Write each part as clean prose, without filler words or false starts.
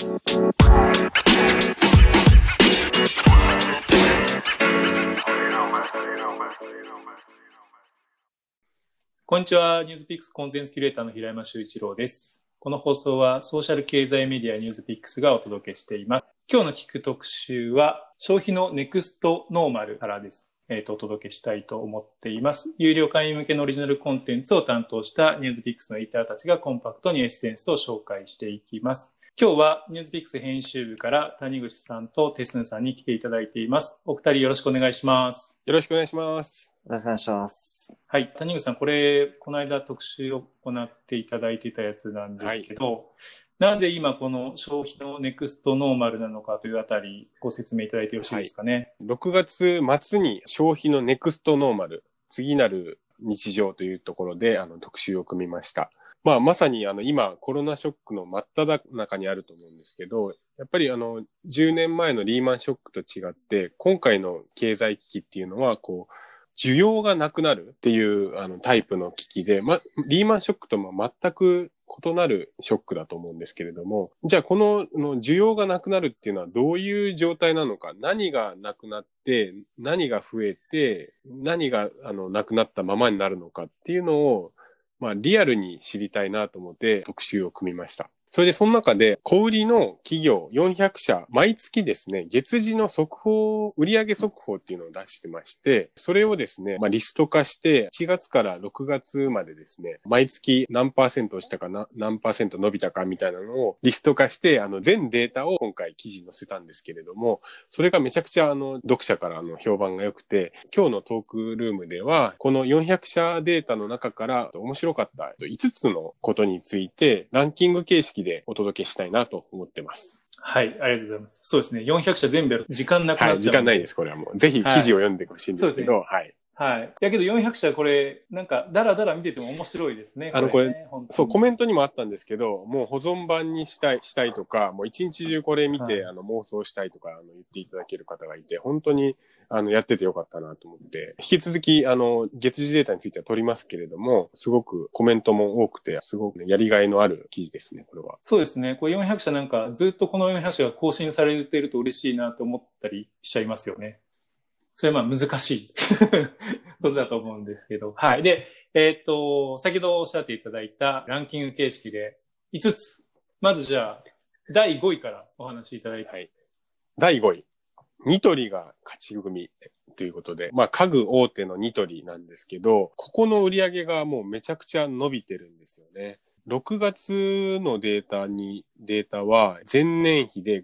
こんにちは。ニュースピックスコンテンツキュレーターの平山修一郎です。この放送はソーシャル経済メディアニュースピックスがお届けしています。今日の聞く特集は消費のネクストノーマルからです。お届けしたいと思っています。有料会員向けのオリジナルコンテンツを担当したニュースピックスのエディターたちがコンパクトにエッセンスを紹介していきます。今日はニュースピックス編集部から谷口さんとテスンさんに来ていただいています。お二人よろしくお願いします。 よろしくお願いします。 よろしくお願いします。 はい。谷口さん、この間特集を行っていただいていたやつなんですけど、なぜ今この消費のネクストノーマルなのかというあたりご説明いただいてよろしいですかね。 6月末に消費のネクストノーマル、次なる日常というところで特集を組みました。まさに今コロナショックの真っ只中にあると思うんですけど、やっぱり10年前のリーマンショックと違って、今回の経済危機っていうのは需要がなくなるっていうタイプの危機で、リーマンショックとも全く異なるショックだと思うんですけれども、じゃあこの需要がなくなるっていうのはどういう状態なのか、何がなくなって何が増えて何がなくなったままになるのかっていうのをリアルに知りたいなと思って特集を組みました。それでその中で小売りの企業400社毎月ですね、月次の売上速報っていうのを出してまして、それをですね、リスト化して1月から6月までですね、毎月何パーセント押したか何パーセント伸びたかみたいなのをリスト化して全データを今回記事に載せたんですけれども、それがめちゃくちゃ読者から評判が良くて、今日のトークルームではこの400社データの中から面白かった5つのことについてランキング形式でお届けしたいなと思ってます。 はい、ありがとうございます。そうですね。400社全部やる時間なくなっちゃう。 はい、時間ないです。これはもう。ぜひ記事を読んでほしいんですけど、はい。 はい。だけど400社これ、なんか、だらだら見てても面白いですね。 これ、そう、コメントにもあったんですけど、もう保存版にしたいとか、もう一日中これ見て、妄想したいとか、言っていただける方がいて、本当に、やっててよかったなと思って、引き続き、月次データについては取りますけれども、すごくコメントも多くて、すごく、やりがいのある記事ですね、これは。 そうですね。これ400社なんか、ずっとこの400社が更新されていると嬉しいなと思ったりしちゃいますよね。それは難しいことだと思うんですけど。はい。で、先ほどおっしゃっていただいたランキング形式で5つ。まずじゃあ、第5位からお話しいただいて。はい。 第5位。ニトリが勝ち組ということで、家具大手のニトリなんですけど、ここの売り上げがもうめちゃくちゃ伸びてるんですよね。6月のデータは前年比で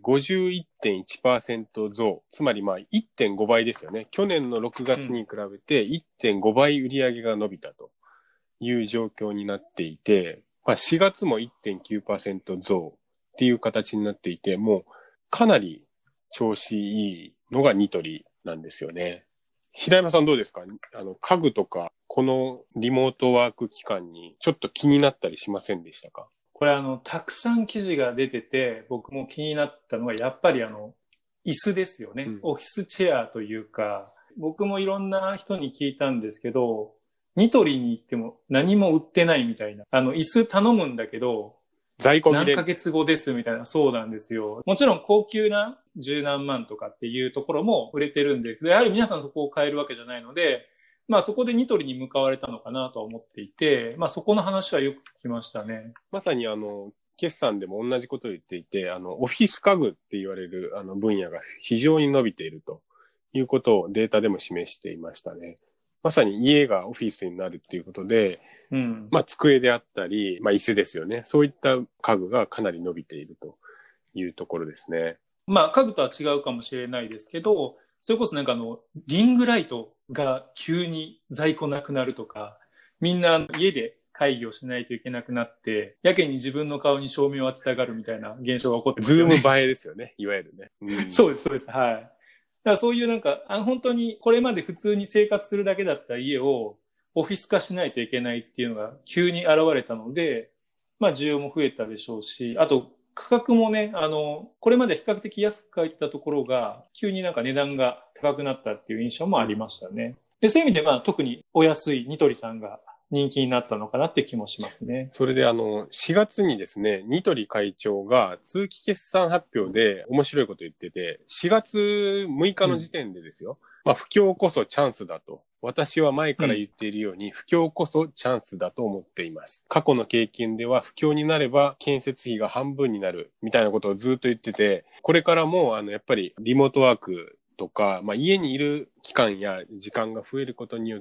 51.1% 増。つまり1.5 倍ですよね。去年の6月に比べて 1.5 倍売り上げが伸びたという状況になっていて、4月も 1.9% 増っていう形になっていて、もうかなり調子いいのがニトリなんですよね。平山さんどうですか？家具とか、このリモートワーク期間にちょっと気になったりしませんでしたか？ これたくさん記事が出てて、僕も気になったのが、やっぱり椅子ですよね。オフィスチェアというか、僕もいろんな人に聞いたんですけど、ニトリに行っても何も売ってないみたいな。椅子頼むんだけど、 在庫切れ。 何ヶ月後ですみたいな。そうなんですよ。もちろん高級な十何万とかっていうところも売れてるんで、やはり皆さんそこを買えるわけじゃないので、そこでニトリに向かわれたのかなとは思っていて、そこの話はよく聞きましたね。 まさに決算でも同じことを言っていて、オフィス家具って言われる分野が非常に伸びているということをデータでも示していましたね。まさに家がオフィスになるっていうことで、机であったり、椅子ですよね。そういった家具がかなり伸びているというところですね。 家具とは違うかもしれないですけど、それこそなんかリングライトが急に在庫なくなるとか、みんな家で会議をしないといけなくなって、やけに自分の顔に照明を当てたがるみたいな現象が起こってますよね。 ズーム映えですよね。いわゆるね。 そうです、そうです。はい。だからそういうなんか、本当にこれまで普通に生活するだけだった家をオフィス化しないといけないっていうのが急に現れたので、需要も増えたでしょうし、あと価格もね、これまで比較的安く買ったところが、急になんか値段が高くなったっていう印象もありましたね。で、そういう意味で特にお安いニトリさんが人気になったのかなって気もしますね。 それで4月にですね、ニトリ会長が通期決算発表で面白いこと言ってて、4月6日の時点でですよ、まあ不況こそチャンスだと。私は前から言っているように、不況こそチャンスだと思っています。過去の経験では不況になれば建設費が半分になるみたいなことをずっと言ってて、これからもやっぱりリモートワークとか、まあ、家にいる期間や時間が増えることによって、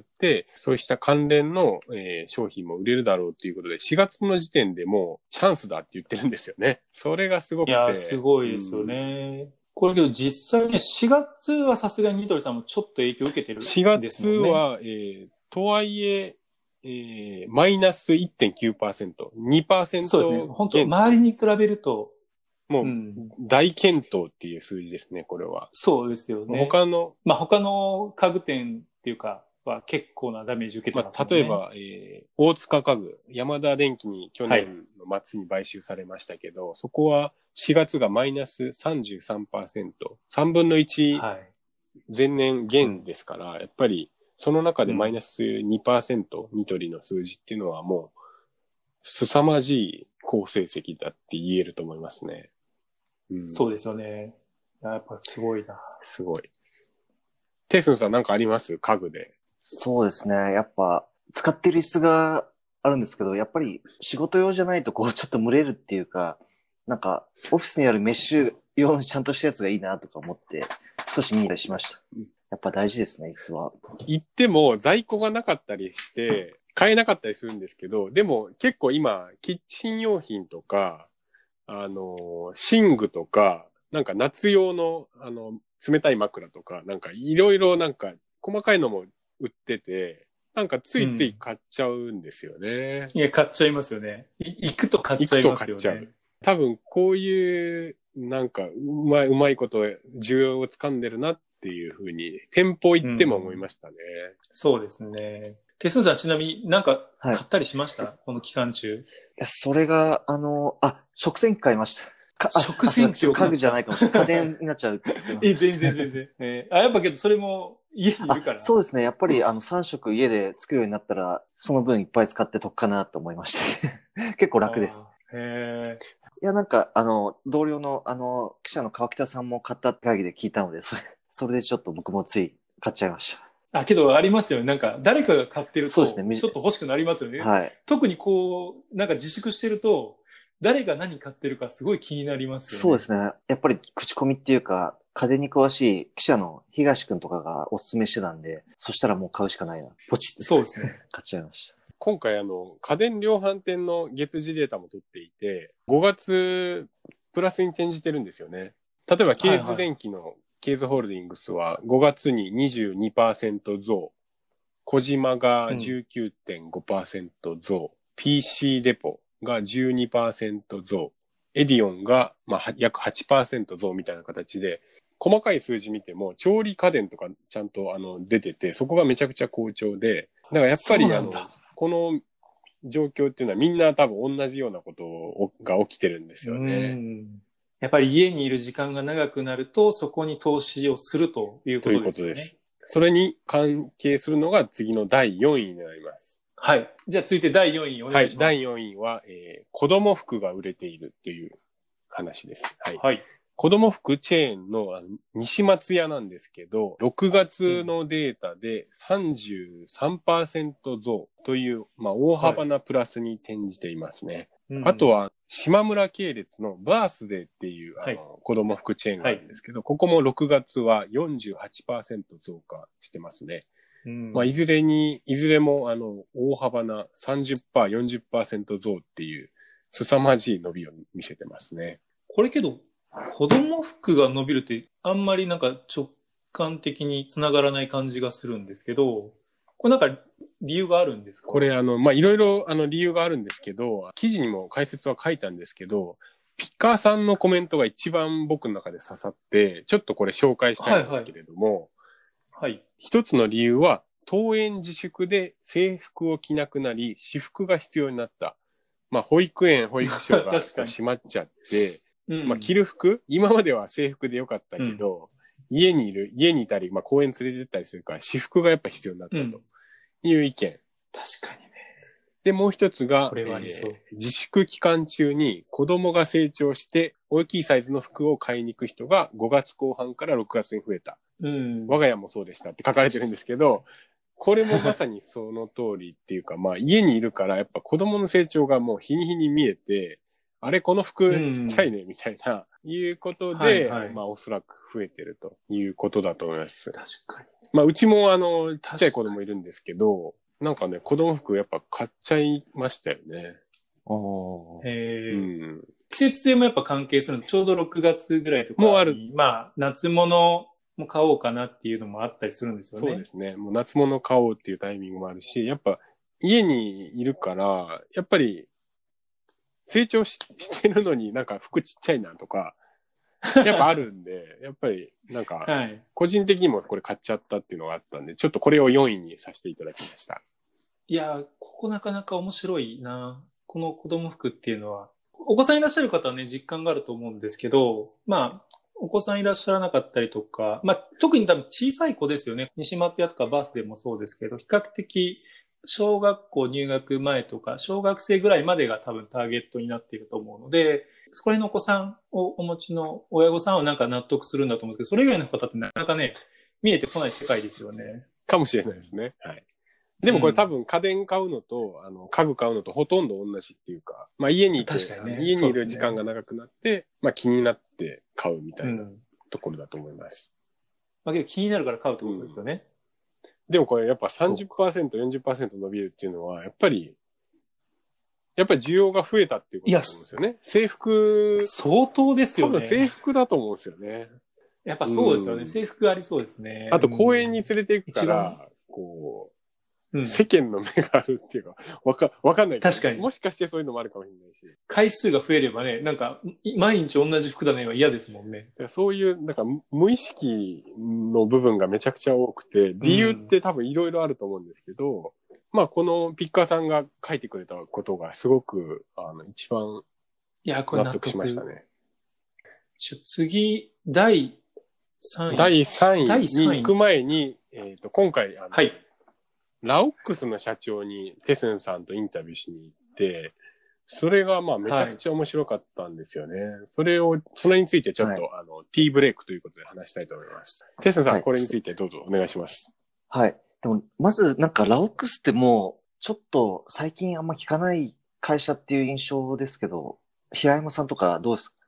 そうした関連の、商品も売れるだろうということで、4月の時点でもうチャンスだって言ってるんですよね。それがすごくて。 いや、すごいですよね。これけど実際ね、4月はさすがにニトリさんもちょっと影響を受けてるんですもんね。 4月は、とはいえ、マイナス 1.9%、2% そうですね。本当周りに比べると、 もう、大健闘っていう数字ですね、これは。 そうですよね。他の家具店っていうか、は結構なダメージ受けてますもんね。 例えば、大塚家具、山田電機に去年の末に買収されましたけど、そこは4月がマイナス 33%、3分の1、前年減ですから、やっぱりその中でマイナス 2%、ニトリの数字っていうのはもう、凄まじい好成績だって言えると思いますね。 そうですよね。やっぱすごいな。 すごい。テイスンさんなんかあります家具で。 そうですね。やっぱ、使ってる椅子があるんですけど、やっぱり仕事用じゃないとこうちょっと蒸れるっていうか、なんか、オフィスにあるメッシュ用のちゃんとしたやつがいいなとか思って、少し見入りしました。やっぱ大事ですね、椅子は。 行っても在庫がなかったりして、買えなかったりするんですけど、でも結構今、キッチン用品とか、寝具とか、なんか夏用の、冷たい枕とか、なんかいろいろなんか細かいのも売ってて、なんかついつい買っちゃうんですよね。 いや、買っちゃいますよね。行くと買っちゃいますよね。 多分こういう、なんかうまいこと需要を掴んでるなっていうふうに、店舗行っても思いましたね。 そうですね。テスンさんちなみになんか買ったりしました、この期間中。 いや、それが、食洗機買いました。 食洗機を家具じゃないかもしれない。家電になっちゃう。 全然。やっぱけどそれも家にいるから。 そうですね。やっぱり3食家で作るようになったら、その分いっぱい使って得かなと思いました。結構楽です。いや、なんか、同僚の、記者の川北さんも買った会議で聞いたので、それでちょっと僕もつい買っちゃいました。 けどありますよね。なんか、誰かが買ってると、そうですね。ちょっと欲しくなりますよね。 はい。 特にこう、なんか自粛してると、誰が何買ってるかすごい気になりますよね。 そうですね。やっぱり口コミっていうか、家電に詳しい記者の東くんとかがおすすめしてたんで、そしたらもう買うしかないな。ポチッと。 そうですね。 買っちゃいました。 今回家電量販店の月次データも取っていて、5月プラスに転じてるんですよね。例えば、ケーズ電機のケーズホールディングスは5月に 22% 増、小島が 19.5% 増、PC デポが 12% 増、エディオンが約 8% 増みたいな形で、細かい数字見ても調理家電とかちゃんと出てて、そこがめちゃくちゃ好調で、だからやっぱりこの状況っていうのはみんな多分同じようなことが起きてるんですよね。 やっぱり家にいる時間が長くなると、そこに投資をするということですね。ということです。 それに関係するのが次の第4位になります。 はい。じゃあ続いて第4位お願いします。 はい。第4位は、子供服が売れているという話です。はい。はい。子供服チェーンの西松屋なんですけど、6月のデータで 33% 増という、大幅なプラスに転じていますね。あとは、島村系列のバースデーっていう、子供服チェーンがあるんですけど、ここも6月は 48% 増加してますね。いずれも、大幅な 30%、40% 増っていう、凄まじい伸びを見せてますね。 これけど、子供服が伸びるって、あんまりなんか直感的につながらない感じがするんですけど、これなんか理由があるんですか？ これいろいろ理由があるんですけど、記事にも解説は書いたんですけど、ピッカーさんのコメントが一番僕の中で刺さって、ちょっとこれ紹介したいんですけれども、一つの理由は、登園自粛で制服を着なくなり、私服が必要になった。保育園、保育所が閉まっちゃって、着る服今までは制服でよかったけど、家にいたり、公園連れて行ったりするから、私服がやっぱ必要になったという意見。 確かにね。 で、もう一つが、自粛期間中に子供が成長して大きいサイズの服を買いに行く人が5月後半から6月に増えた。我が家もそうでしたって書かれてるんですけど、これもまさにその通りっていうか、まあ家にいるからやっぱ子供の成長がもう日に日に見えて、あれこの服ちっちゃいねみたいな、いうことで、まあおそらく増えてるということだと思います。 確かに。 まあうちもちっちゃい子供いるんですけど、なんかね、子供服やっぱ買っちゃいましたよね。 季節性もやっぱ関係するの。ちょうど6月ぐらいとかに。 もうある。 まあ、夏物も買おうかなっていうのもあったりするんですよね。 そうですね。もう夏物買おうっていうタイミングもあるし、やっぱ家にいるから、やっぱり成長してるのになんか服ちっちゃいなとか、やっぱあるんで、やっぱりなんか、個人的にもこれ買っちゃったっていうのがあったんで、ちょっとこれを4位にさせていただきました。 いや、ここなかなか面白いな。この子供服っていうのは、お子さんいらっしゃる方はね、実感があると思うんですけど、まあ、お子さんいらっしゃらなかったりとか、まあ、特に多分小さい子ですよね。西松屋とかバースデーもそうですけど、比較的、小学校入学前とか、小学生ぐらいまでが多分ターゲットになっていると思うので、そこら辺のお子さんをお持ちの親御さんはなんか納得するんだと思うんですけど、それ以外の方ってなかなかね、見えてこない世界ですよね。 かもしれないですね。はい。でもこれ多分家電買うのと、家具買うのとほとんど同じっていうか、まあ家にいて、家にいる時間が長くなって、まあ気になって買うみたいなところだと思います。 まあけど気になるから買うってことですよね。 でもこれやっぱ 30%、40% 伸びるっていうのは、やっぱり需要が増えたっていうことだと思うんですよね。制服。 相当ですよね。 多分制服だと思うんですよね。 やっぱそうですよね。制服ありそうですね。 あと公園に連れて行くから、こう、世間の目があるっていうか、わかんないけど。 確かに。 もしかしてそういうのもあるかもしれないし。 回数が増えればね、なんか、毎日同じ服だねは嫌ですもんね。 そういう、なんか、無意識の部分がめちゃくちゃ多くて、理由って多分いろいろあると思うんですけど、まあ、このピッカーさんが書いてくれたことがすごく、一番、納得しましたね。 次、第3位。 第3位に行く前に、今回、 はい。 ラオックスの社長にテスンさんとインタビューしに行って、それがまあめちゃくちゃ面白かったんですよね。それについてちょっと、ティーブレイクということで話したいと思います。テスンさん、これについてどうぞお願いします。 はい。でも、まずなんかラオックスってもう、ちょっと最近あんま聞かない会社っていう印象ですけど、平山さんとかどうですか？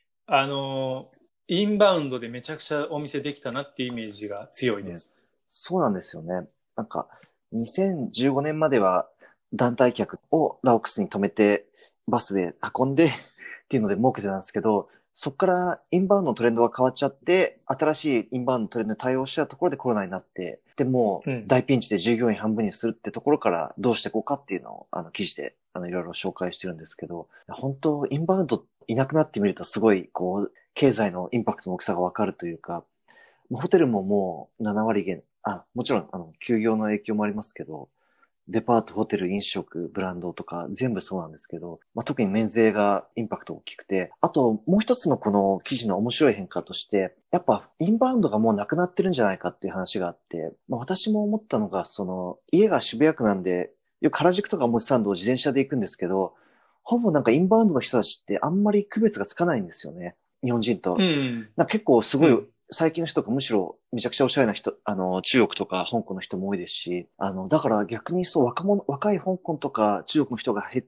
インバウンドでめちゃくちゃお店できたなっていうイメージが強いです。 そうなんですよね。なんか、2015年までは団体客をラオックスに止めてバスで運んでっていうので儲けてたんですけど、そこからインバウンドのトレンドが変わっちゃって、新しいインバウンドのトレンドに対応したところでコロナになって、でもう大ピンチで従業員半分にするってところからどうしていこうかっていうのを記事でいろいろ紹介してるんですけど、本当インバウンドいなくなってみるとすごいこう経済のインパクトの大きさがわかるというか、ホテルももう7割減、もちろん休業の影響もありますけど、デパート、ホテル、飲食、ブランドとか全部そうなんですけど、特に免税がインパクト大きくて、あともう一つのこの記事の面白い変化として、やっぱインバウンドがもうなくなってるんじゃないかっていう話があって、私も思ったのが、家が渋谷区なんで、よく原宿とか表参道を自転車で行くんですけど、ほぼなんかインバウンドの人たちってあんまり区別がつかないんですよね。日本人と。結構すごい、最近の人がむしろめちゃくちゃおしゃれな人、中国とか香港の人も多いですし、だから逆にそう若い香港とか中国の人が減って、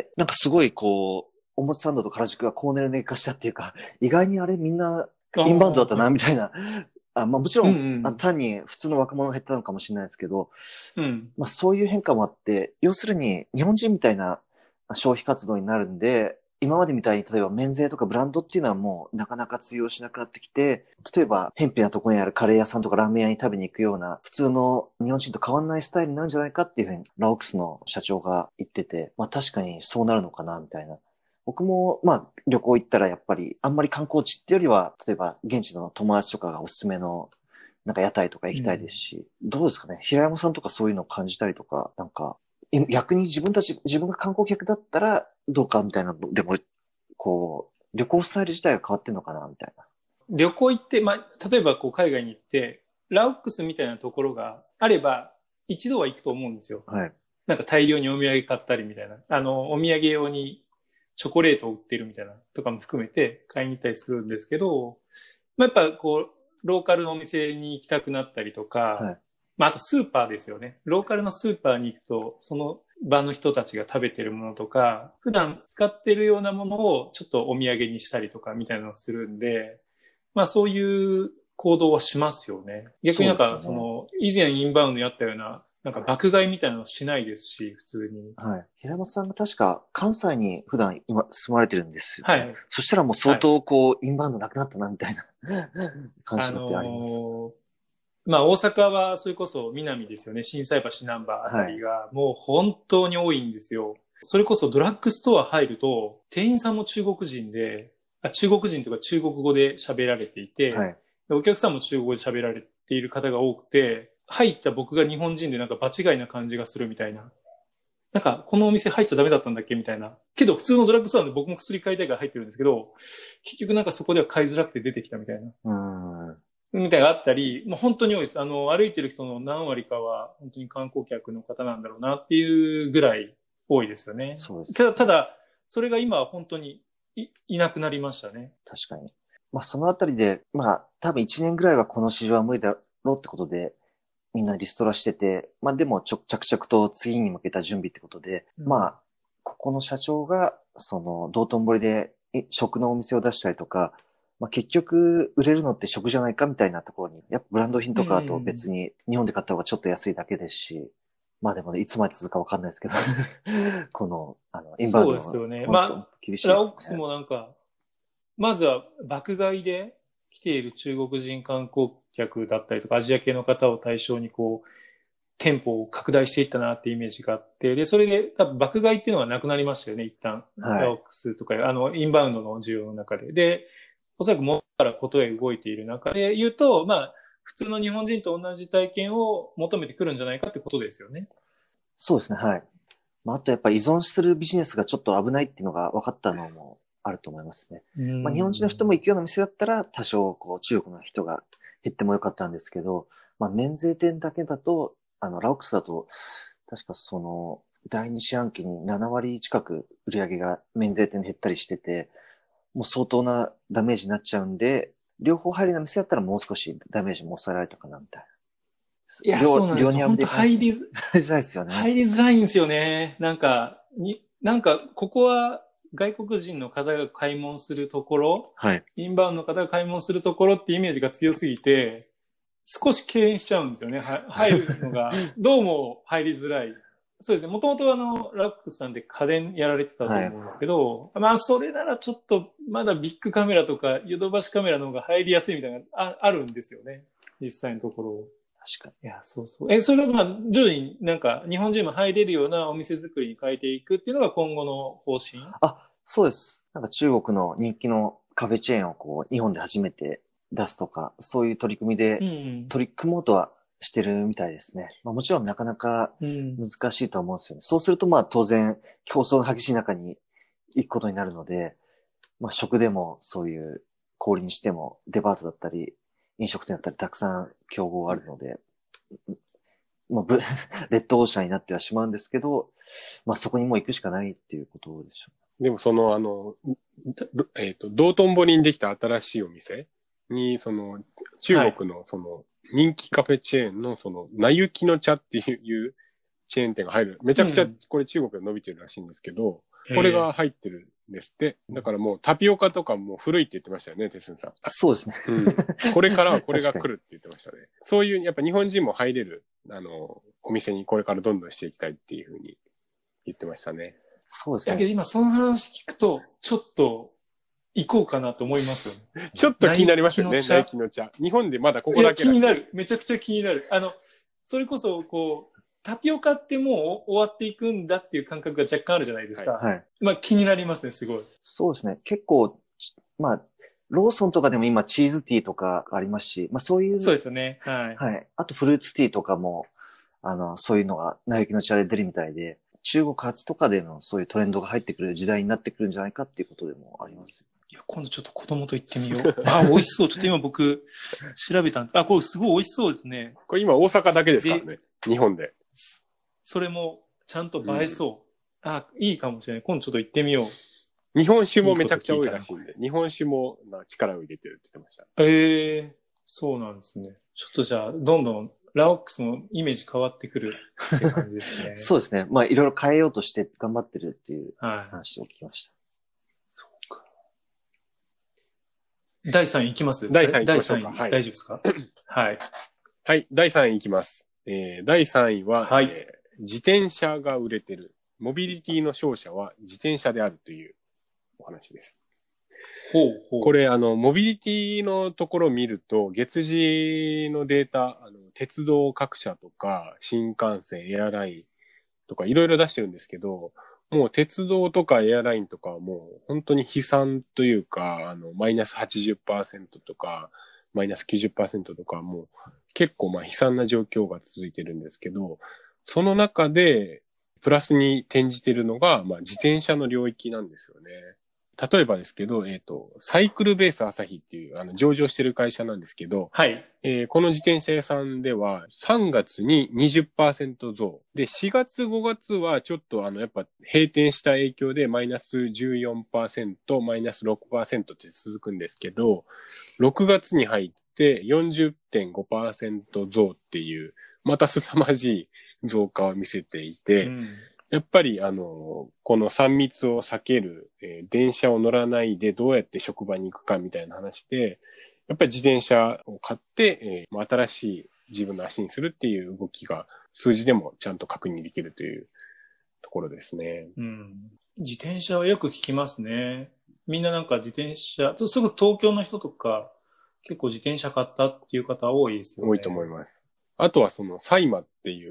なんかすごいこう、表参道と原宿がコーネルネ化したっていうか、意外にあれみんなインバウンドだったな、みたいな。もちろん、単に普通の若者が減ったのかもしれないですけど、そういう変化もあって、要するに日本人みたいな消費活動になるんで、今までみたいに例えば免税とかブランドっていうのはもうなかなか通用しなくなってきて、例えば偏僻なところにあるカレー屋さんとかラーメン屋に食べに行くような普通の日本人と変わんないスタイルになるんじゃないかっていうふうにラオックスの社長が言ってて、確かにそうなるのかなみたいな。僕も旅行行ったらやっぱりあんまり観光地ってよりは例えば現地の友達とかがおすすめのなんか屋台とか行きたいですし、どうですかね、平山さんとかそういうのを感じたりとか、なんか逆に自分が観光客だったらどうかみたいなのでも、こう、旅行スタイル自体が変わってんのかなみたいな。 旅行行って、例えばこう海外に行って、ラオックスみたいなところがあれば、一度は行くと思うんですよ。 はい。 なんか大量にお土産買ったりみたいな、お土産用にチョコレートを売ってるみたいなとかも含めて買いに行ったりするんですけど、まあ、やっぱこう、ローカルのお店に行きたくなったりとか、はい、まあ、あとスーパーですよね。ローカルのスーパーに行くと、その場の人たちが食べてるものとか、普段使ってるようなものをちょっとお土産にしたりとかみたいなのをするんで、まあそういう行動はしますよね。逆になんか、以前インバウンドにあったような、なんか爆買いみたいなのしないですし、普通に。 はい。平松さんが確か関西に普段今住まれてるんですよ、ね。はい。そしたらもう相当こう、インバウンドなくなったなみたいな感じってあります。 まあ大阪はそれこそ南ですよね。心斎橋ナンバーあたりがもう本当に多いんですよ。それこそドラッグストア入ると、店員さんも中国人で、中国人とか中国語で喋られていて、はい、お客さんも中国語で喋られている方が多くて、入った僕が日本人でなんか場違いな感じがするみたいな。なんか、このお店入っちゃダメだったんだっけみたいな。けど普通のドラッグストアで僕も薬買いたいから入ってるんですけど、結局なんかそこでは買いづらくて出てきたみたいな。みたいなのがあったり、もう本当に多いです。歩いてる人の何割かは本当に観光客の方なんだろうなっていうぐらい多いですよね。そうです。ただ、それが今は本当にいなくなりましたね。 確かに。まあそのあたりで、まあ多分1年ぐらいはこの市場は無理だろうってことで、みんなリストラしてて、まあでも着々と次に向けた準備ってことで、まあ、ここの社長が、道頓堀で食のお店を出したりとか、まあ結局売れるのって食じゃないかみたいなところに、やっぱブランド品とかと別に日本で買った方がちょっと安いだけですし、まあでもね、いつまで続くかわかんないですけど、この、 インバウンドの。そうですよね。まあ、厳しいですね。ラオックスもなんか、まずは爆買いで来ている中国人観光客だったりとか、アジア系の方を対象にこう、店舗を拡大していったなってイメージがあって、で、それで多分爆買いっていうのはなくなりましたよね、一旦。はい、ラオックスとか、インバウンドの需要の中で。で、おそらくもっからことへ動いている中で言うと、まあ、普通の日本人と同じ体験を求めてくるんじゃないかってことですよね。 そうですね、はい。まあ、あとやっぱ依存するビジネスがちょっと危ないっていうのが分かったのもあると思いますね。まあ、日本人の人も行くような店だったら多少こう中国の人が減ってもよかったんですけど、まあ、免税店だけだと、ラオックスだと、確か第二四半期に7割近く売り上げが免税店で減ったりしてて、もう相当なダメージになっちゃうんで、両方入るような店だったらもう少しダメージも抑えられたかな、みたいな。 いや、そうなんですよ。本当入りづらいですよね。 入りづらいんですよね。なんか、ここは外国人の方が買い物するところ、はい。インバウンドの方が買い物するところってイメージが強すぎて、少し敬遠しちゃうんですよね。入るのが、どうも入りづらい。そうですね。もともとラックスさんで家電やられてたと思うんですけど、はい、まあ、それならちょっと、まだビッグカメラとか、ヨドバシカメラの方が入りやすいみたいなのがあるんですよね。実際のところ。 確かに。 いや、そうそう。それがまあ、徐々になんか、日本人も入れるようなお店作りに変えていくっていうのが今後の方針？ あ、そうです。なんか中国の人気のカフェチェーンをこう、日本で初めて出すとか、そういう取り組みで、取り組もうとはしてるみたいですね。まあもちろんなかなか難しいと思うんですよね。そうするとまあ当然、競争の激しい中に行くことになるので、まあ食でもそういう小売にしてもデパートだったり、飲食店だったりたくさん競合があるので、まあ、レッドオーシャンになってはしまうんですけど、まあそこにもう行くしかないっていうことでしょう。でも道頓堀にできた新しいお店に、中国の人気カフェチェーンのなゆきの茶っていうチェーン店が入る。めちゃくちゃこれ中国で伸びてるらしいんですけど、これが入ってるんですって。だからもうタピオカとかも古いって言ってましたよね、テスンさん。 そうですね。 うん。これからはこれが来るって言ってましたね。そういう、やっぱ日本人も入れる、お店にこれからどんどんしていきたいっていうふうに言ってましたね。 そうですね。 だけど今その話聞くと、ちょっと行こうかなと思いますよね。 ちょっと気になりますよね、ナイキの茶。日本でまだここだけ気になる。めちゃくちゃ気になる。それこそ、こう、タピオカってもう終わっていくんだっていう感覚が若干あるじゃないですか。はい。まあ気になりますね、すごい。 そうですね。結構、まあ、ローソンとかでも今チーズティーとかありますし、まあそういう。 そうですよね。はい。 はい。あとフルーツティーとかも、そういうのが、ナイキの茶で出るみたいで、中国発とかでのそういうトレンドが入ってくる時代になってくるんじゃないかっていうことでもあります。 いや、今度ちょっと子供と行ってみよう。あ、美味しそう。ちょっと今僕、調べたんです。あ、これすごい美味しそうですね。 これ今大阪だけですからね。日本で。 それもちゃんと映えそう。いいかもしれない。今度ちょっと行ってみよう。 日本酒もめちゃくちゃ多いらしいんで、日本酒も力を入れてるって言ってました。 そうなんですね。ちょっとじゃあ、どんどんラオックスのイメージ変わってくるって感じですね。 そうですね。まあ、いろいろ変えようとして頑張ってるっていう話を聞きました。 そうか。第3位いきます？ 第3位いきましょうか。 はい。大丈夫ですか？はい。 はい、第3位いきます。第3位は、 はい、 自転車が売れてる。モビリティの勝者は自転車であるというお話です。これ、モビリティのところを見ると、月次のデータ、鉄道各社とか、新幹線、エアラインとか、いろいろ出してるんですけど、もう鉄道とかエアラインとかはもう本当に悲惨というか、マイナス 80% とか、マイナス 90% とか、もう結構悲惨な状況が続いてるんですけど、その中で、プラスに転じてるのが、自転車の領域なんですよね。例えばですけど、サイクルベース朝日っていう、上場してる会社なんですけど、 はい。 この自転車屋さんでは、3月に 20% 増。で、4月5月はちょっとやっぱ閉店した影響でマイナス 14%、マイナス 6% って続くんですけど、6月に入って 40.5% 増っていう、また凄まじい増加を見せていて、やっぱりこの3密を避ける、電車を乗らないでどうやって職場に行くかみたいな話で、やっぱり自転車を買って、新しい自分の足にするっていう動きが数字でもちゃんと確認できるというところですね。 自転車はよく聞きますね。みんななんか自転車、すぐ東京の人とか結構自転車買ったっていう方多いですよね。 多いと思います。あとはサイマっていう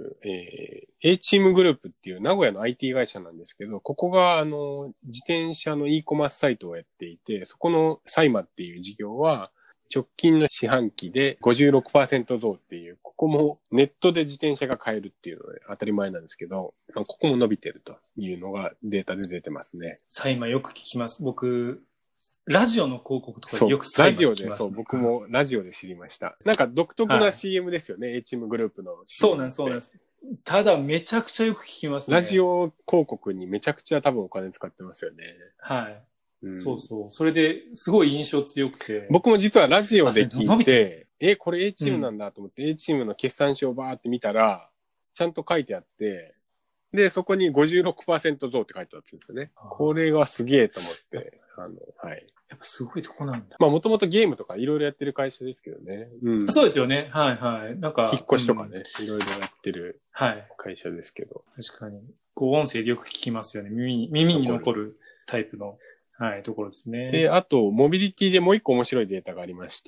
、A チームグループっていう名古屋の IT 会社なんですけど、ここが自転車の e コマースサイトをやっていて、そこのサイマっていう事業は直近の四半期で 56% 増っていう、ここもネットで自転車が買えるっていうので当たり前なんですけど、ここも伸びてるというのがデータで出てますね。 サイマよく聞きます。僕、ラジオの広告とかでよくサイマ聞きます、ね。 ラジオで、僕もラジオで知りました。なんか独特な CM ですよね、A チームグループの CM。そうなんです。ただめちゃくちゃよく聞きますね。 ラジオ広告にめちゃくちゃ多分お金使ってますよね。 はい。そうそう。それですごい印象強くて。 僕も実はラジオで聞いて、これ A チームなんだと思って、A チームの決算書をバーって見たら、ちゃんと書いてあって、で、そこに 56% 増って書いてあったんですよね。これはすげえと思って、はい。 やっぱすごいとこなんだ。 もともとゲームとかいろいろやってる会社ですけどね。 そうですよね。はいはい。なんか。 引っ越しとかね、いろいろやってる会社ですけど。 確かに。音声でよく聞きますよね。耳に残るタイプの、ところですね。 で、あと、モビリティでもう一個面白いデータがありまして、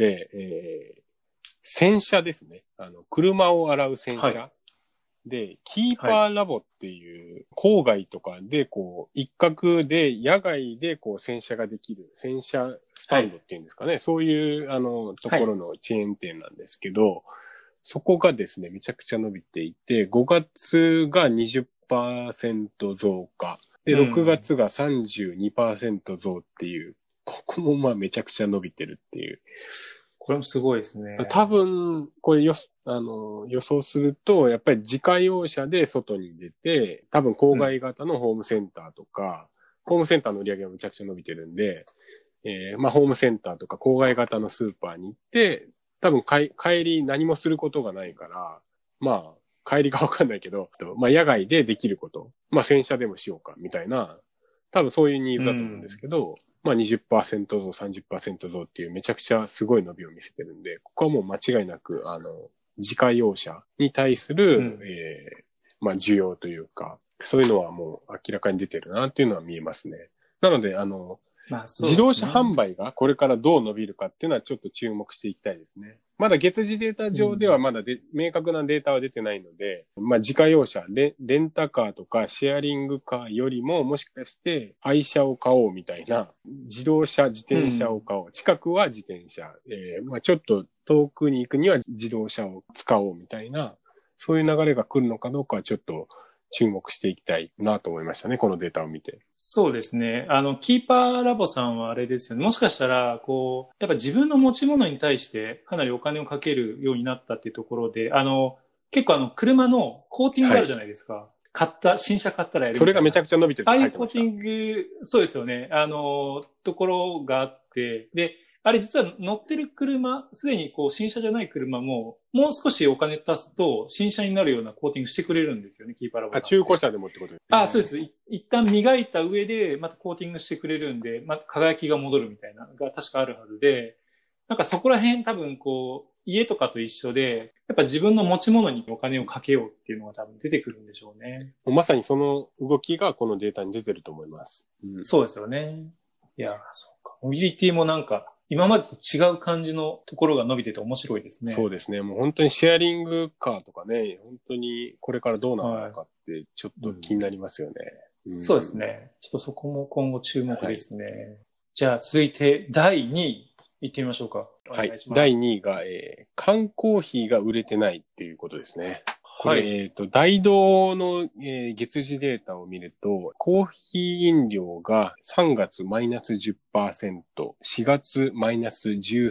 洗車ですね。車を洗う洗車。で、キーパーラボっていう、郊外とかで、一角で、野外で、洗車ができる、洗車スタンドっていうんですかね。そういう、ところのチェーン店なんですけど、そこがですね、めちゃくちゃ伸びていて、5月が 20% 増加。で、6月が 32% 増っていう、ここもめちゃくちゃ伸びてるっていう。 これもすごいですね。 多分、これ予想すると、やっぱり自家用車で外に出て、多分郊外型のホームセンターとか、ホームセンターの売り上げがめちゃくちゃ伸びてるんで、ホームセンターとか郊外型のスーパーに行って、多分帰り何もすることがないから、帰りがわかんないけど、野外でできること、洗車でもしようか、みたいな、多分そういうニーズだと思うんですけど、20% 増、30% 増っていうめちゃくちゃすごい伸びを見せてるんで、ここはもう間違いなく、自家用車に対する、需要というか、そういうのはもう明らかに出てるなっていうのは見えますね。なので、自動車販売がこれからどう伸びるかっていうのはちょっと注目していきたいですね。まだ月次データ上ではまだ明確なデータは出てないので、自家用車、レンタカーとかシェアリングカーよりももしかして愛車を買おうみたいな、自動車、自転車を買おう。近くは自転車、ちょっと遠くに行くには自動車を使おうみたいな、そういう流れが来るのかどうかはちょっと注目していきたいなと思いましたね、このデータを見て。 そうですね。キーパーラボさんはあれですよね。もしかしたら、やっぱ自分の持ち物に対してかなりお金をかけるようになったっていうところで、結構車のコーティングあるじゃないですか。 新車買ったらやるみたいな。 それがめちゃくちゃ伸びてるってああいう書いてました。 コーティング、そうですよね。ところがあって、で、あれ実は乗ってる車、すでにこう新車じゃない車も、もう少しお金足すと新車になるようなコーティングしてくれるんですよね、キーパーラボさん。 中古車でもってことですね。 そうです。一旦磨いた上で、またコーティングしてくれるんで、また輝きが戻るみたいなのが確かあるはずで、なんかそこら辺多分こう、家とかと一緒で、やっぱ自分の持ち物にお金をかけようっていうのが多分出てくるんでしょうね。 まさにその動きがこのデータに出てると思います。 そうですよね。いや、そうか。モビリティもなんか、今までと違う感じのところが伸びてて面白いですね。 そうですね。もう本当にシェアリングカーとかね、本当にこれからどうなるのかってちょっと気になりますよね。 そうですね。ちょっとそこも今後注目ですね。じゃあ続いて第2位行ってみましょうか。 はい。第2位が、缶コーヒーが売れてないっていうことですね。これ、大同の、月次データを見ると、コーヒー飲料が3月マイナス 10%、4月マイナス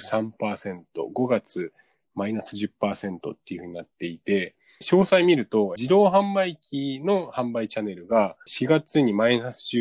13%、5月マイナス 10% っていう風になっていて、詳細見ると、自動販売機の販売チャンネルが4月にマイナス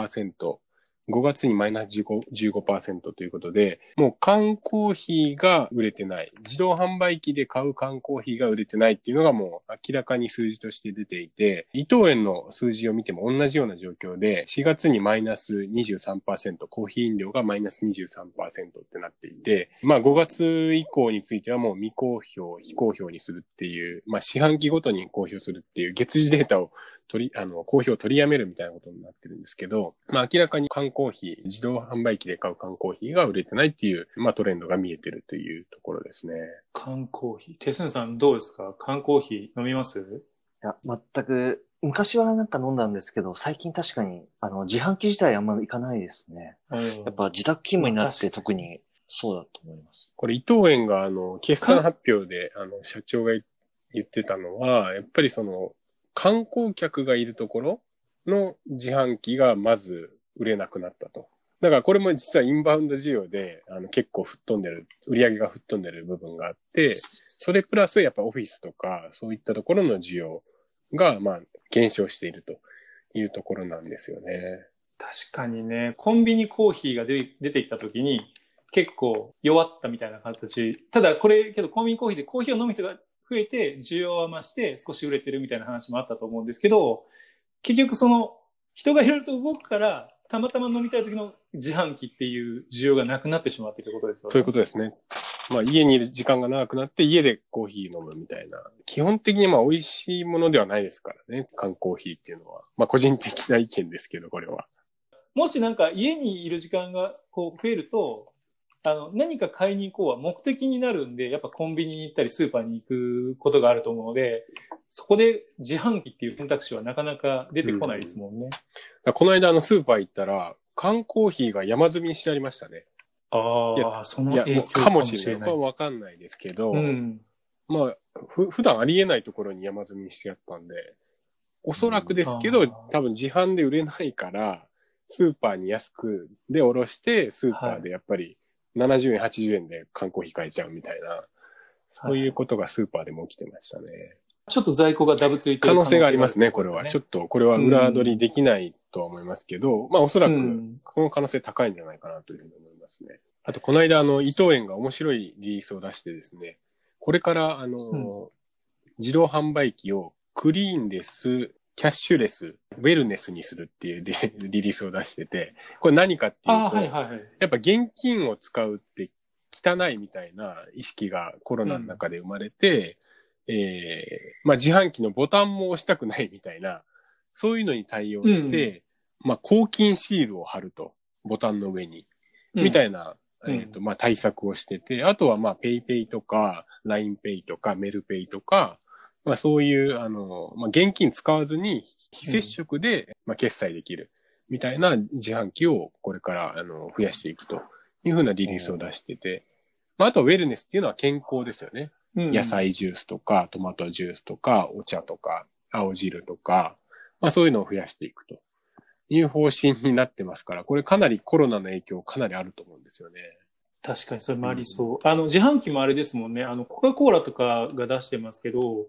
15%、5月にマイナス 15% ということで、もう缶コーヒーが売れてない。自動販売機で買う缶コーヒーが売れてないっていうのがもう明らかに数字として出ていて、伊藤園の数字を見ても同じような状況で、4月にマイナス 23%、コーヒー飲料がマイナス 23% ってなっていて、まあ5月以降についてはもう未公表、非公表にするっていう、まあ四半期ごとに公表するっていう月次データを公表を取りやめるみたいなことになってるんですけど、まあ明らかに缶コーヒー、自動販売機で買う缶コーヒーが売れてないっていう、まあトレンドが見えてるというところですね。 缶コーヒー。テスンさんどうですか？缶コーヒー飲みます？ いや、全く、昔はなんか飲んだんですけど、最近確かに、自販機自体あんま行かないですね。やっぱ自宅勤務になって特にそうだと思います。 これ伊藤園が決算発表で社長が言ってたのは、やっぱり観光客がいるところの自販機がまず売れなくなったと。だからこれも実はインバウンド需要で結構吹っ飛んでる、売り上げが吹っ飛んでる部分があって、それプラスやっぱオフィスとかそういったところの需要がまあ減少しているというところなんですよね。 確かにね、コンビニコーヒーが出てきた時に結構弱ったみたいな形。ただこれけどコンビニコーヒーでコーヒーを飲む人が増えて需要は増して少し売れてるみたいな話もあったと思うんですけど、結局人がいろいろと動くからたまたま飲みたい時の自販機っていう需要がなくなってしまっていることですよね。 そういうことですね。まあ家にいる時間が長くなって家でコーヒー飲むみたいな。基本的にまあ美味しいものではないですからね。缶コーヒーっていうのは。まあ個人的な意見ですけど、これは。 もしなんか家にいる時間がこう増えると、何か買いに行こうは目的になるんで、やっぱコンビニに行ったりスーパーに行くことがあると思うので、そこで自販機っていう選択肢はなかなか出てこないですもんね。 この間スーパー行ったら、缶コーヒーが山積みにしてありましたね。 その影響かもしれない。これはわかんないですけど、まあ、普段ありえないところに山積みにしてあったんで、おそらくですけど、多分自販で売れないから、スーパーに安くでおろして、スーパーでやっぱり70円、80円で缶コーヒー買えちゃうみたいな、そういうことがスーパーでも起きてましたね。 ちょっと在庫がダブついてる可能性がありますね、これは。ちょっと、これは裏取りできないとは思いますけど、まあおそらく、この可能性高いんじゃないかなというふうに思いますね。あと、この間、伊藤園が面白いリリースを出してですね、これから、自動販売機をクリーンレス、キャッシュレス、ウェルネスにするっていうリリースを出してて、これ何かっていうと、やっぱ現金を使うって汚いみたいな意識がコロナの中で生まれて、まあ自販機のボタンも押したくないみたいな、そういうのに対応して、まあ抗菌シールを貼ると、ボタンの上に、みたいな、まあ対策をしてて、あとはまあペイペイとか、LINEペイとか、メルペイとか、まあそういう、まあ現金使わずに非接触で、まあ決済できるみたいな自販機をこれから増やしていくというふうなリリースを出してて、まああとはウェルネスっていうのは健康ですよね。野菜ジュースとか、トマトジュースとか、お茶とか、青汁とか、まあそういうのを増やしていくという方針になってますから、これかなりコロナの影響かなりあると思うんですよね。 確かにそれもありそう。自販機もあれですもんね。コカ・コーラとかが出してますけど、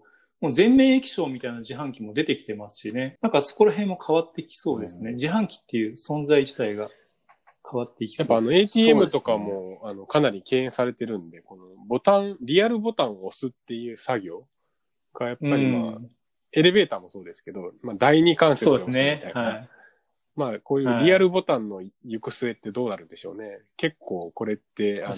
もう全面液晶みたいな自販機も出てきてますしね。なんかそこら辺も変わってきそうですね。自販機っていう存在自体が変わっていきそう。 やっぱATM とかも、かなり敬遠されてるんで、このリアルボタンを押すっていう作業がやっぱりエレベーターもそうですけど、第二関節を押すみたいな。そうですね。はい。こういうリアルボタンの行く末ってどうなるんでしょうね。結構これって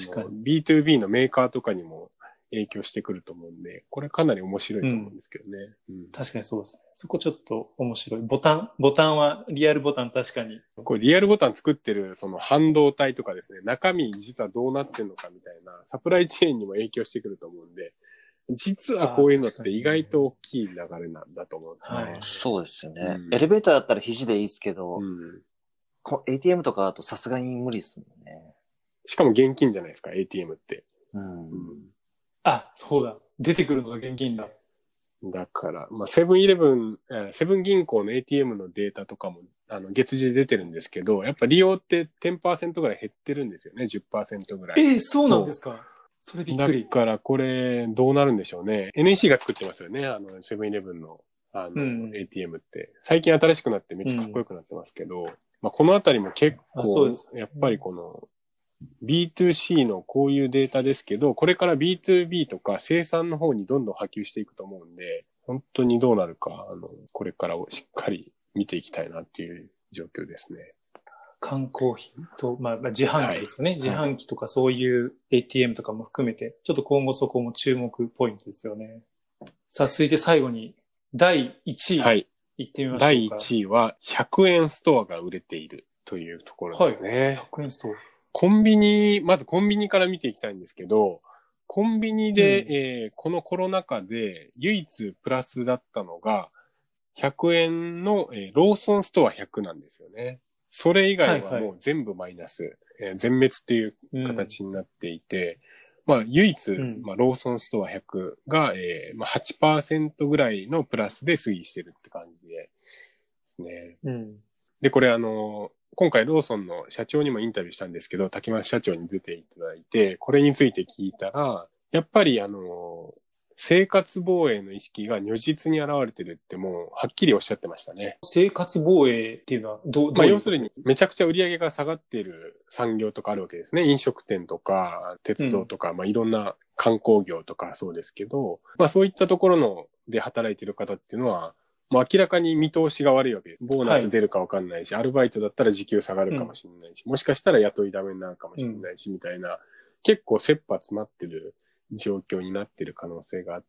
、B2B のメーカーとかにも影響してくると思うんで、これかなり面白いと思うんですけどね。 確かにそうですね。そこちょっと面白い。ボタンはリアルボタン確かに。 これリアルボタン作ってるその半導体とかですね、中身実はどうなってんのかみたいなサプライチェーンにも影響してくると思うんで、実はこういうのって意外と大きい流れなんだと思うんですね。 はい、そうですよね、エレベーターだったら肘でいいですけど、ATM とかだとさすがに無理ですもんね。 しかも現金じゃないですか、ATM って。 あ、そうだ。出てくるのが現金だ。 だから、セブン銀行の ATM のデータとかも、月次で出てるんですけど、やっぱ利用って 10% ぐらい減ってるんですよね、10% ぐらい。 そうなんですか。それびっくり。 だからこれ、どうなるんでしょうね。NEC が作ってますよね、セブンイレブンの、ATM って。最近新しくなってめっちゃかっこよくなってますけど、このあたりも結構、やっぱりこの、B2C のこういうデータですけど、これから B2B とか生産の方にどんどん波及していくと思うんで、本当にどうなるか、これからをしっかり見ていきたいなっていう状況ですね。 缶コーヒーと、自販機ですよね。自販機とかそういう ATM とかも含めて、ちょっと今後そこも注目ポイントですよね。さあ、続いて最後に、第1位。はい。行ってみましょうか。 第1位は、100円ストアが売れているというところですね。 はい。100円ストア。 まずコンビニから見ていきたいんですけど、コンビニで、このコロナ禍で唯一プラスだったのが、100円の、ローソンストア100なんですよね。それ以外はもう全部マイナス、全滅っていう形になっていて、唯一、ローソンストア100が、8% ぐらいのプラスで推移してるって感じですね。で、これ今回ローソンの社長にもインタビューしたんですけど、竹松社長に出ていただいて、これについて聞いたら、やっぱり生活防衛の意識が如実に現れてるってもうはっきりおっしゃってましたね。 生活防衛っていうのはどう要するにめちゃくちゃ売り上げが下がっている産業とかあるわけですね。飲食店とか鉄道とか、いろんな観光業とかそうですけど、そういったところで働いている方っていうのは、明らかに見通しが悪いわけです。ボーナス出るか分かんないし、アルバイトだったら時給下がるかもしれないし、もしかしたら雇いダメになるかもしれないし、みたいな、結構切羽詰まってる状況になってる可能性があって、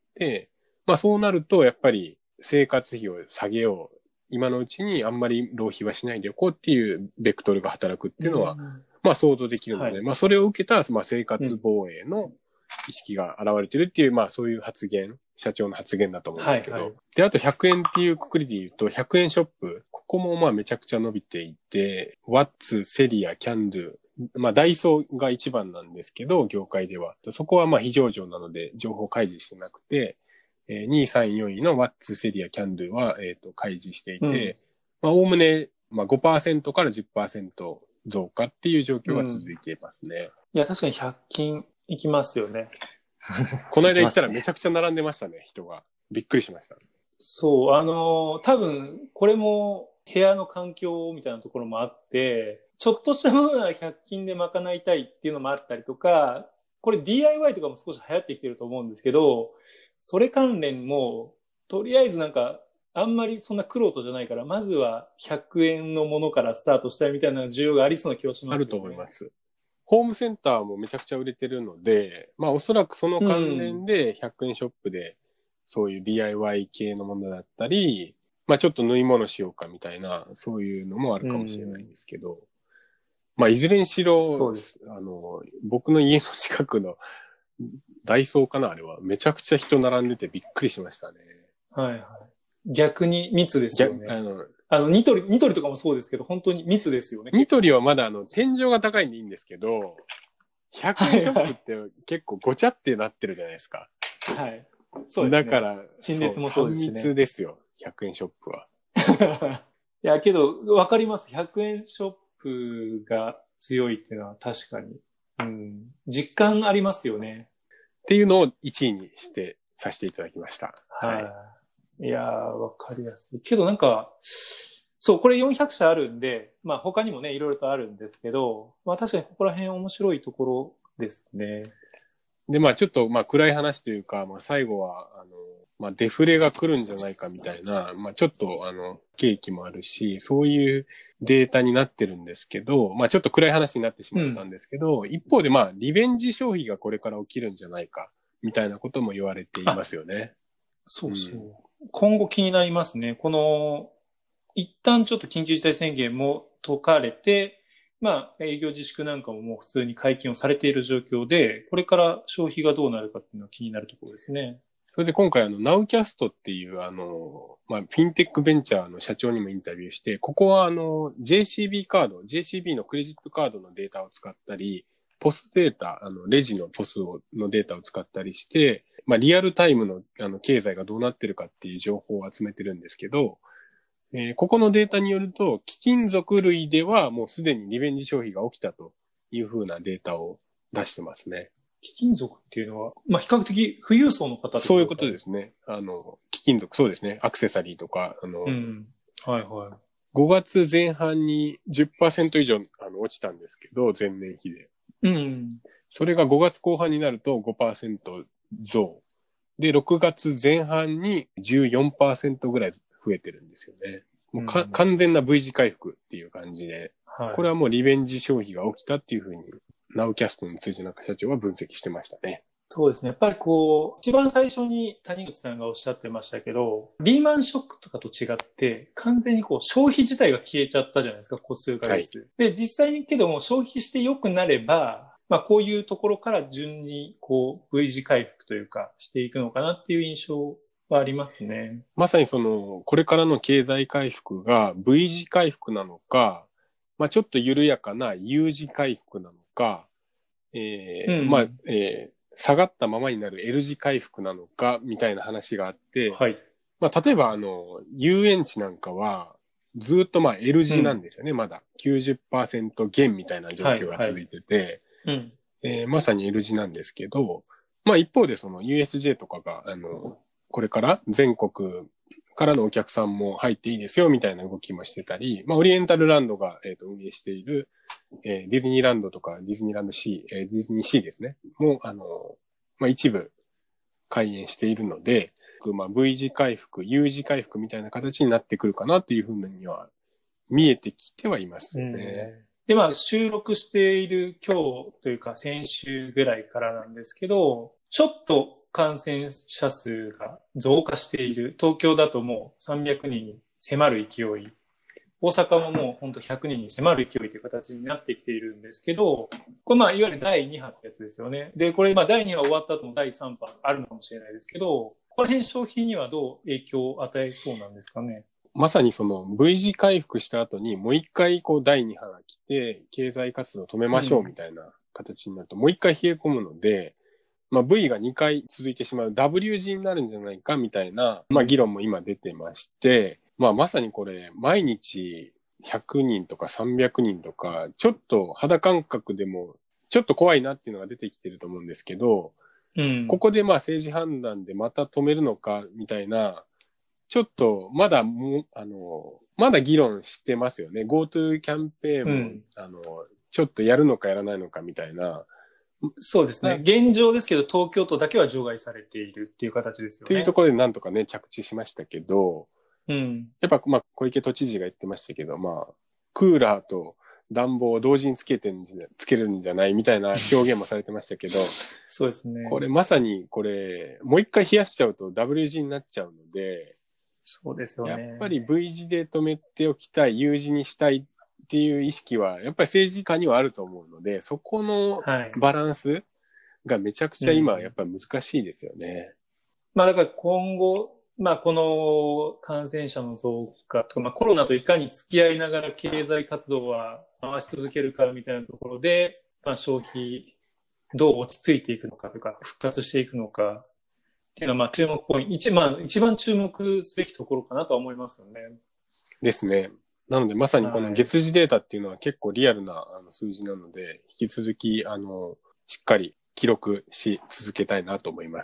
そうなると、やっぱり生活費を下げよう。今のうちにあんまり浪費はしないでおこうっていうベクトルが働くっていうのは、想像できるので、それを受けた、生活防衛の意識が現れてるっていう、そういう発言、社長の発言だと思うんですけど。で、あと100円っていうくくりで言うと、100円ショップ、ここもめちゃくちゃ伸びていて、ワッツ、セリア、キャンドゥ、ダイソーが一番なんですけど、業界では。そこは非上場なので、情報開示してなくて、2位、3位、4位のワッツ、セリア、キャンドゥは、開示していて、おおむね、5% から 10% 増加っていう状況が続いていますね。 いや、確かに100均行きますよね。 この間行ったらめちゃくちゃ並んでましたね、人が。びっくりしました。 そう、多分、これも部屋の環境みたいなところもあって、ちょっとしたものなら100均で賄いたいっていうのもあったりとか、これ DIY とかも少し流行ってきてると思うんですけど、それ関連も、とりあえずあんまりそんな苦労とじゃないから、まずは100円のものからスタートしたいみたいな需要がありそうな気がしますよね。 あると思います。ホームセンターもめちゃくちゃ売れてるので、おそらくその関連で100円ショップでそういう DIY 系のものだったり、ちょっと縫い物しようかみたいな、そういうのもあるかもしれないんですけど、いずれにしろ、僕の家の近くのダイソーかなあれは、めちゃくちゃ人並んでてびっくりしましたね。 はいはい。逆に密ですよね。ニトリとかもそうですけど、本当に密ですよね。 ニトリはまだ天井が高いんでいいんですけど、100円ショップって結構ごちゃってなってるじゃないですか。 はい。そうですね。 だから、 陳列もそうですしね。 3密ですよ、100円ショップは。 いや、けど、わかります。100円ショップが強いっていうのは確かに。実感ありますよね。 っていうのを1位にしてさせていただきました。 はい。いやー、わかりやすい。けどなんか、そう、これ400社あるんで、まあ他にもね、いろいろとあるんですけど、まあ確かにここら辺面白いところですね。 で、まあちょっと、まあ暗い話というか、まあ最後は、まあデフレが来るんじゃないかみたいな、まあちょっと、景気もあるし、そういうデータになってるんですけど、まあちょっと暗い話になってしまったんですけど、一方でまあリベンジ消費がこれから起きるんじゃないか、みたいなことも言われていますよね。 そうそう。今後気になりますね。この、一旦ちょっと緊急事態宣言も解かれて、まあ、営業自粛なんかももう普通に解禁をされている状況で、これから消費がどうなるかっていうのは気になるところですね。 それで今回ナウキャストっていうまあ、フィンテックベンチャーの社長にもインタビューして、ここはJCB カード、JCB のクレジットカードのデータを使ったり、ポスデータ、レジのポスのデータを使ったりして、まあ、リアルタイムの経済がどうなってるかっていう情報を集めてるんですけど、ここのデータによると、貴金属類ではもうすでにリベンジ消費が起きたというふうなデータを出してますね。 貴金属っていうのは、まあ、比較的富裕層の方とかそういうことですね。貴金属、そうですね。アクセサリーとか、 はいはい。 5月前半に 10% 以上落ちたんですけど、前年比で。それが5月後半になると 5% 増。で、6月前半に 14% ぐらい増えてるんですよね。もう完全な V 字回復っていう感じで、これはもうリベンジ消費が起きたっていうふうに、ナウキャストの辻中社長は分析してましたね。 そうですね。やっぱりこう、一番最初に谷口さんがおっしゃってましたけど、リーマンショックとかと違って、完全にこう、消費自体が消えちゃったじゃないですか、ここ数ヶ月。はい、で、実際にけども消費して良くなれば、まあこういうところから順にこう、V 字回復というか、していくのかなっていう印象はありますね。 まさにこれからの経済回復が V 字回復なのか、まあちょっと緩やかな U 字回復なのか、まあ、下がったままになる L 字回復なのか、みたいな話があって、 はい。 まあ、例えば遊園地なんかは、ずっとまあ L 字なんですよね、まだ。90% 減みたいな状況が続いてて、まさに L 字なんですけど、まあ一方でUSJ とかが、これから全国からのお客さんも入っていいですよ、みたいな動きもしてたり、まあオリエンタルランドが、運営している、ディズニーランドとかディズニーランドシー、ディズニーシーですね。もまあ一部開園しているので、まあ V 字回復、U 字回復みたいな形になってくるかなというふうには見えてきてはいますよね。 で、まあ収録している今日というか先週ぐらいからなんですけど、ちょっと感染者数が増加している。東京だともう300人に迫る勢い。大阪ももうほんと100人に迫る勢いという形になってきているんですけど、これまあいわゆる第2波ってやつですよね。で、これまあ第2波終わった後も第3波あるのかもしれないですけど、ここら辺消費にはどう影響を与えそうなんですかね。 まさにV 字回復した後にもう一回第2波が来て、経済活動を止めましょうみたいな形になると、もう一回冷え込むので、まあ V が2回続いてしまう W 字になるんじゃないかみたいな、まあ議論も今出てまして、まあまさにこれ毎日100人とか300人とか、ちょっと肌感覚でもちょっと怖いなっていうのが出てきてると思うんですけど、ここでまあ政治判断でまた止めるのかみたいな、ちょっとまだまだ議論してますよね。GoTo キャンペーンも、ちょっとやるのかやらないのかみたいな。 そうですね。現状ですけど、東京都だけは除外されているっていう形ですよね。 というところでなんとかね、着地しましたけど、やっぱまあ小池都知事が言ってましたけど、まあ、クーラーと暖房を同時につけるんじゃないみたいな表現もされてましたけど、 そうですね。 これまさにもう一回冷やしちゃうと W 字になっちゃうので、 そうですよね。 やっぱり V 字で止めておきたい、U 字にしたいっていう意識は、やっぱり政治家にはあると思うので、そこのバランスがめちゃくちゃ今、やっぱり難しいですよね。 まあだから今後、まあこの感染者の増加とか、まあコロナといかに付き合いながら経済活動は回し続けるかみたいなところで、まあ消費どう落ち着いていくのかとか、復活していくのか、っていうのは、まあ、注目ポイント、一番注目すべきところかなとは思いますよね。 ですね。なので、まさにこの月次データっていうのは結構リアルな数字なので、引き続き、しっかり記録し続けたいなと思います。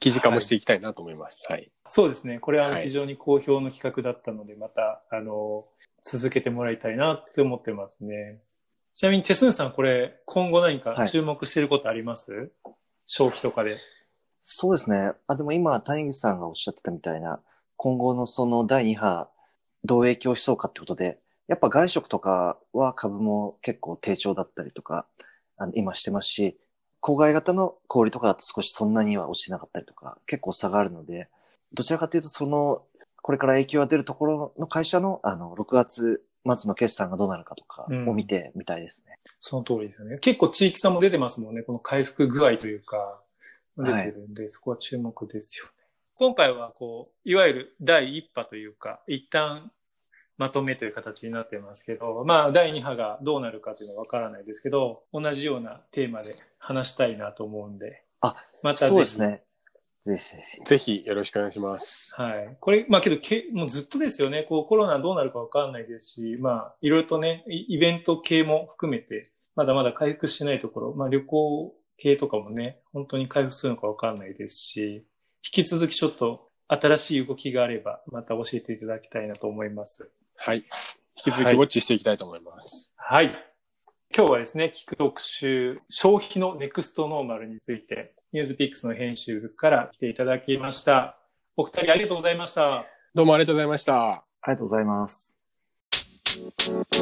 記事化もしていきたいなと思います。はい。 そうですね。これは非常に好評の企画だったので、また、続けてもらいたいなって思ってますね。ちなみに、テスンさん、これ、今後何か注目していることあります？消費とかで。 そうですね。でも今、谷口さんがおっしゃってたみたいな、今後のその第2波、どう影響しそうかってことで、やっぱ外食とかは株も結構低調だったりとか、今してますし、郊外型の小売とかだと少しそんなには落ちてなかったりとか、結構差があるので、どちらかというとこれから影響が出るところの会社の、6月末の決算がどうなるかとかを見てみたいですね。 その通りですよね。結構地域差も出てますもんね。この回復具合というか、出てるんで、そこは注目ですよね。今回はいわゆる第1波というか、一旦まとめという形になってますけど、第2波がどうなるかというのはわからないですけど、同じようなテーマで話したいなと思うんで。 またそうですね。 ぜひよろしくお願いします。 はい。これ、けど、もうずっとですよね。コロナどうなるかわかんないですし、いろいろとね、イベント系も含めて、まだまだ回復してないところ、旅行系とかもね、本当に回復するのかわかんないですし、引き続きちょっと新しい動きがあれば、また教えていただきたいなと思います。 はい。引き続きウォッチしていきたいと思います。 はい。今日はですね、聞く特集、消費のネクストノーマルについて、ニュースピックスの編集部から来ていただきました。お二人ありがとうございました。 どうもありがとうございました。 ありがとうございます。